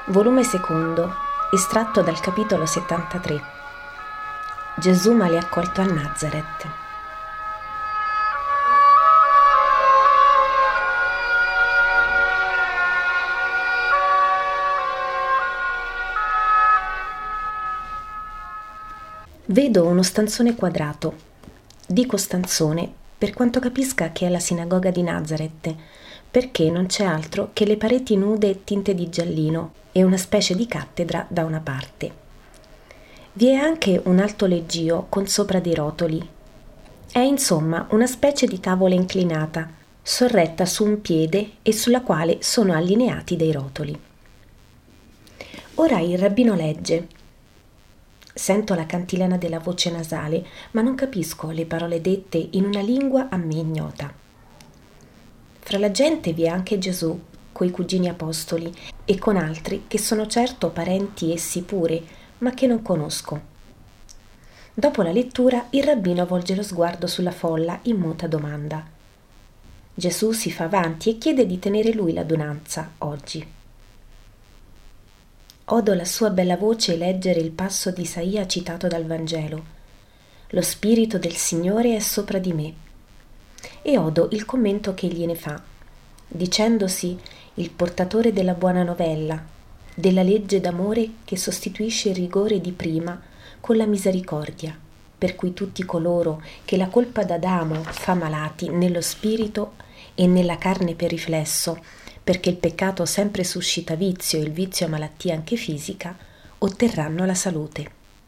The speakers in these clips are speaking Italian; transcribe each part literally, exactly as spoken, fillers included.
Volume secondo, estratto dal capitolo settantatré. Gesù male accolto a Nazareth. Vedo uno stanzone quadrato. Dico stanzone per quanto capisca che è la sinagoga di Nazareth, perché non c'è altro che le pareti nude tinte di giallino e una specie di cattedra da una parte. Vi è anche un alto leggio con sopra dei rotoli. È insomma una specie di tavola inclinata, sorretta su un piede e sulla quale sono allineati dei rotoli. Ora il rabbino legge. Sento la cantilena della voce nasale, ma non capisco le parole dette in una lingua a me ignota. Fra la gente vi è anche Gesù, coi cugini apostoli, e con altri che sono certo parenti essi pure, ma che non conosco. Dopo la lettura, il rabbino volge lo sguardo sulla folla in muta domanda. Gesù si fa avanti e chiede di tenere lui l'adunanza oggi. Odo la sua bella voce leggere il passo di Isaia citato dal Vangelo. Lo Spirito del Signore è sopra di me. E odo il commento che egli ne fa, dicendosi il portatore della buona novella, della legge d'amore che sostituisce il rigore di prima con la misericordia, per cui tutti coloro che la colpa d'Adamo fa malati nello spirito e nella carne per riflesso, perché il peccato sempre suscita vizio e il vizio malattia anche fisica, otterranno la salute.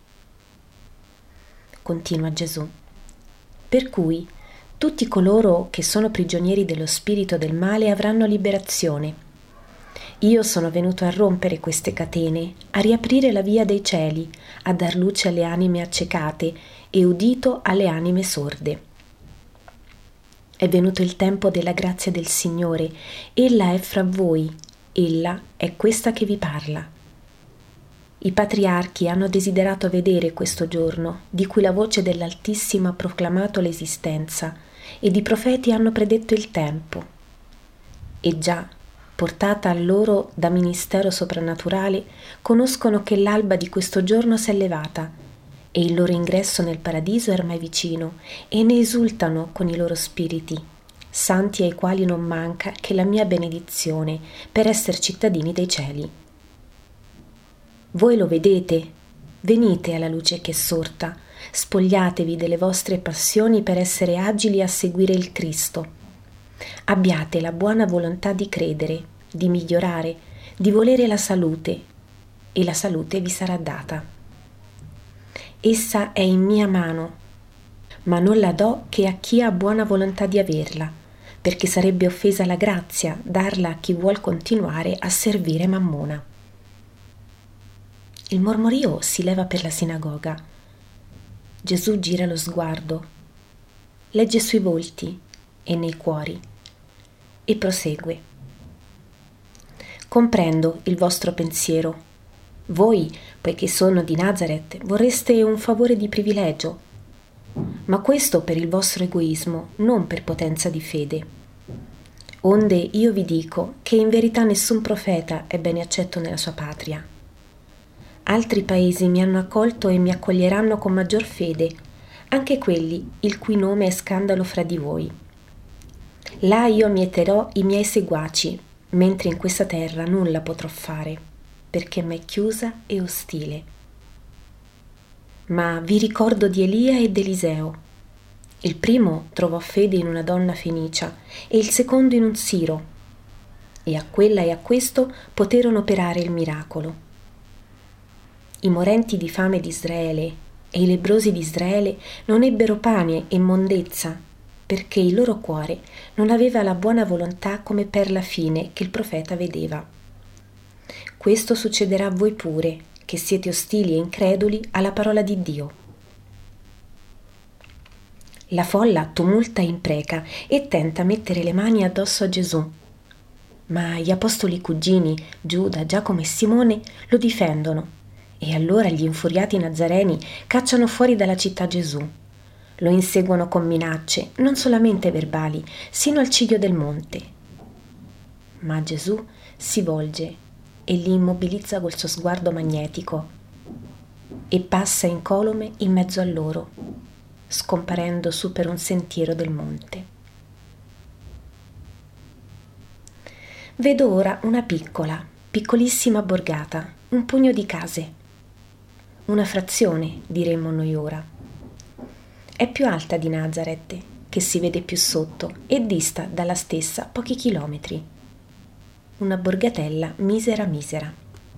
Continua Gesù. Per cui tutti coloro che sono prigionieri dello spirito del male avranno liberazione. Io sono venuto a rompere queste catene, a riaprire la via dei cieli, a dar luce alle anime accecate e udito alle anime sorde. È venuto il tempo della grazia del Signore, ella è fra voi, ella è questa che vi parla. I patriarchi hanno desiderato vedere questo giorno, di cui la voce dell'Altissimo ha proclamato l'esistenza, ed i profeti hanno predetto il tempo. E già, portata a loro da ministero soprannaturale, conoscono che l'alba di questo giorno s'è levata, e il loro ingresso nel paradiso è ormai vicino, e ne esultano con i loro spiriti, santi ai quali non manca che la mia benedizione per essere cittadini dei cieli. Voi lo vedete? Venite alla luce che è sorta, spogliatevi delle vostre passioni per essere agili a seguire il Cristo. Abbiate la buona volontà di credere, di migliorare, di volere la salute, e la salute vi sarà data. Essa è in mia mano, ma non la do che a chi ha buona volontà di averla, perché sarebbe offesa la grazia darla a chi vuol continuare a servire Mammona. Il mormorio si leva per la sinagoga. Gesù gira lo sguardo, legge sui volti e nei cuori e prosegue. Comprendo il vostro pensiero. Voi, poiché sono di Nazareth, vorreste un favore di privilegio, ma questo per il vostro egoismo, non per potenza di fede. Onde io vi dico che in verità nessun profeta è bene accetto nella sua patria. Altri paesi mi hanno accolto e mi accoglieranno con maggior fede, anche quelli il cui nome è scandalo fra di voi. Là io mieterò i miei seguaci, mentre in questa terra nulla potrò fare, perché m'è chiusa e ostile. Ma vi ricordo di Elia ed Eliseo. Il primo trovò fede in una donna fenicia e il secondo in un siro, e a quella e a questo poterono operare il miracolo. I morenti di fame di Israele e i lebbrosi di Israele non ebbero pane e mondezza, perché il loro cuore non aveva la buona volontà come per la fine che il profeta vedeva. Questo succederà a voi pure, che siete ostili e increduli alla parola di Dio. La folla tumulta e impreca e tenta mettere le mani addosso a Gesù. Ma gli apostoli cugini, Giuda, Giacomo e Simone, lo difendono. E allora gli infuriati nazareni cacciano fuori dalla città Gesù. Lo inseguono con minacce, non solamente verbali, sino al ciglio del monte. Ma Gesù si volge e li immobilizza col suo sguardo magnetico e passa incolome in mezzo a loro, scomparendo su per un sentiero del monte. Vedo ora una piccola, piccolissima borgata, un pugno di case. Una frazione, diremmo noi ora. È più alta di Nazareth, che si vede più sotto, e dista dalla stessa pochi chilometri. Una borgatella misera misera.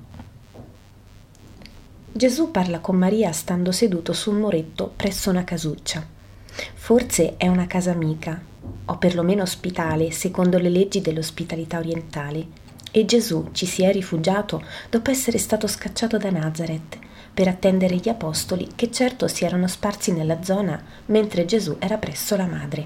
Gesù parla con Maria stando seduto su un muretto presso una casuccia. Forse è una casa amica, o perlomeno ospitale, secondo le leggi dell'ospitalità orientale, e Gesù ci si è rifugiato dopo essere stato scacciato da Nazareth per attendere gli apostoli che certo si erano sparsi nella zona mentre Gesù era presso la madre.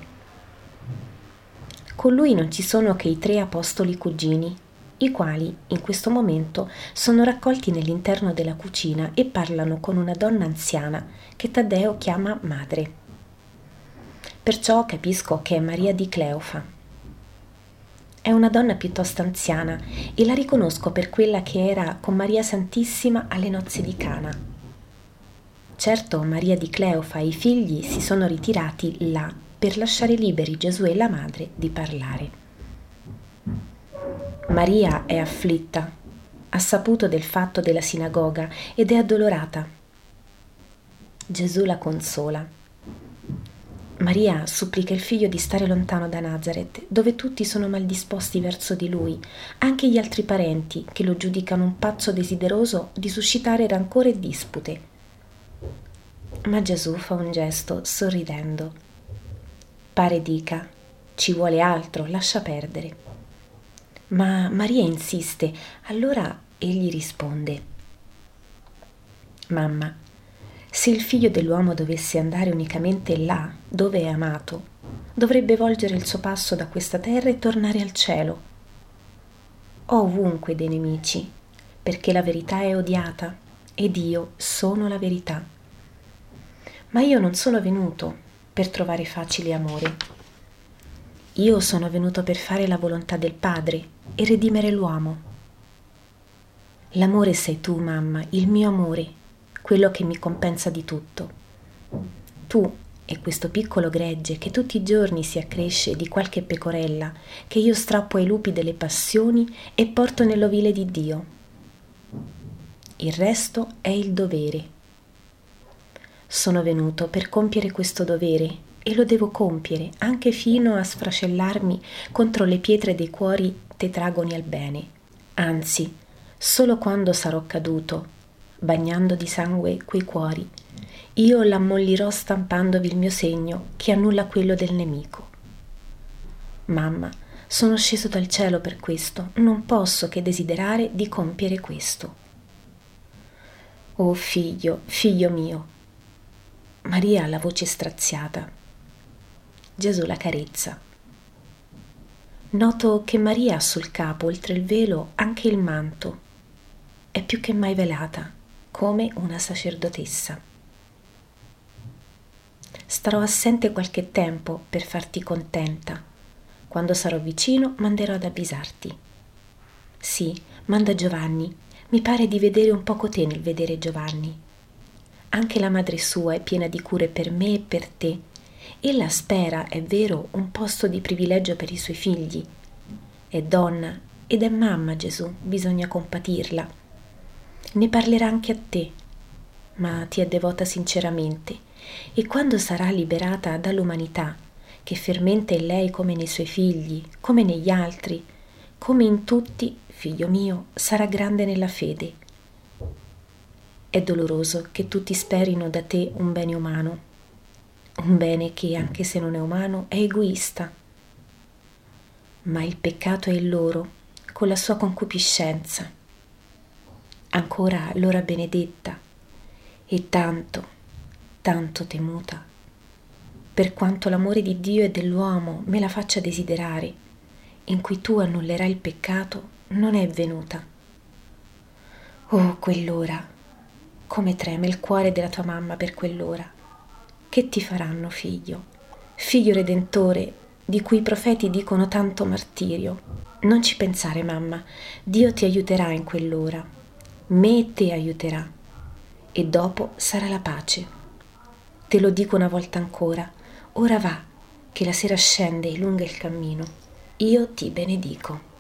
Con lui non ci sono che i tre apostoli cugini, i quali in questo momento sono raccolti nell'interno della cucina e parlano con una donna anziana che Taddeo chiama madre. Perciò capisco che è Maria di Cleofa. È una donna piuttosto anziana e la riconosco per quella che era con Maria Santissima alle nozze di Cana. Certo, Maria di Cleofa e i figli si sono ritirati là per lasciare liberi Gesù e la madre di parlare. Maria è afflitta, ha saputo del fatto della sinagoga ed è addolorata. Gesù la consola. Maria supplica il figlio di stare lontano da Nazareth, dove tutti sono maldisposti verso di lui, anche gli altri parenti che lo giudicano un pazzo desideroso di suscitare rancore e dispute. Ma Gesù fa un gesto sorridendo. Pare dica: ci vuole altro, lascia perdere. Ma Maria insiste, allora egli risponde: Mamma, se il figlio dell'uomo dovesse andare unicamente là dove è amato, dovrebbe volgere il suo passo da questa terra e tornare al cielo. Ho ovunque dei nemici, perché la verità è odiata ed io sono la verità. Ma io non sono venuto per trovare facile amore. Io sono venuto per fare la volontà del Padre e redimere l'uomo. L'amore sei tu, mamma, il mio amore, quello che mi compensa di tutto. Tu e questo piccolo gregge che tutti i giorni si accresce di qualche pecorella che io strappo ai lupi delle passioni e porto nell'ovile di Dio. Il resto è il dovere. Sono venuto per compiere questo dovere e lo devo compiere anche fino a sfracellarmi contro le pietre dei cuori tetragoni al bene. Anzi, solo quando sarò caduto, bagnando di sangue quei cuori, io l'ammollirò stampandovi il mio segno che annulla quello del nemico. Mamma, sono sceso dal cielo per questo, non posso che desiderare di compiere questo. Oh figlio, figlio mio. Maria ha la voce straziata. Gesù la carezza. Noto che Maria ha sul capo, oltre il velo, anche il manto. È più che mai velata, come una sacerdotessa. Starò assente qualche tempo per farti contenta. Quando sarò vicino manderò ad avvisarti. Sì, manda Giovanni. Mi pare di vedere un poco te nel vedere Giovanni. Anche la madre sua è piena di cure per me e per te. Ella spera, è vero, un posto di privilegio per i suoi figli. È donna ed è mamma, Gesù, bisogna compatirla. Ne parlerà anche a te, ma ti è devota sinceramente, e quando sarà liberata dall'umanità, che fermenta in lei come nei suoi figli, come negli altri, come in tutti, figlio mio, sarà grande nella fede. È doloroso che tutti sperino da te un bene umano, un bene che, anche se non è umano, è egoista. Ma il peccato è il loro, con la sua concupiscenza. Ancora l'ora benedetta e tanto, tanto temuta, per quanto l'amore di Dio e dell'uomo me la faccia desiderare, in cui tu annullerai il peccato, non è venuta. Oh, quell'ora! Come treme il cuore della tua mamma per quell'ora! Che ti faranno, figlio? Figlio redentore, di cui i profeti dicono tanto martirio. Non ci pensare, mamma, Dio ti aiuterà in quell'ora, me e te aiuterà, e dopo sarà la pace. Te lo dico una volta ancora, ora va, che la sera scende e lunga il cammino. Io ti benedico.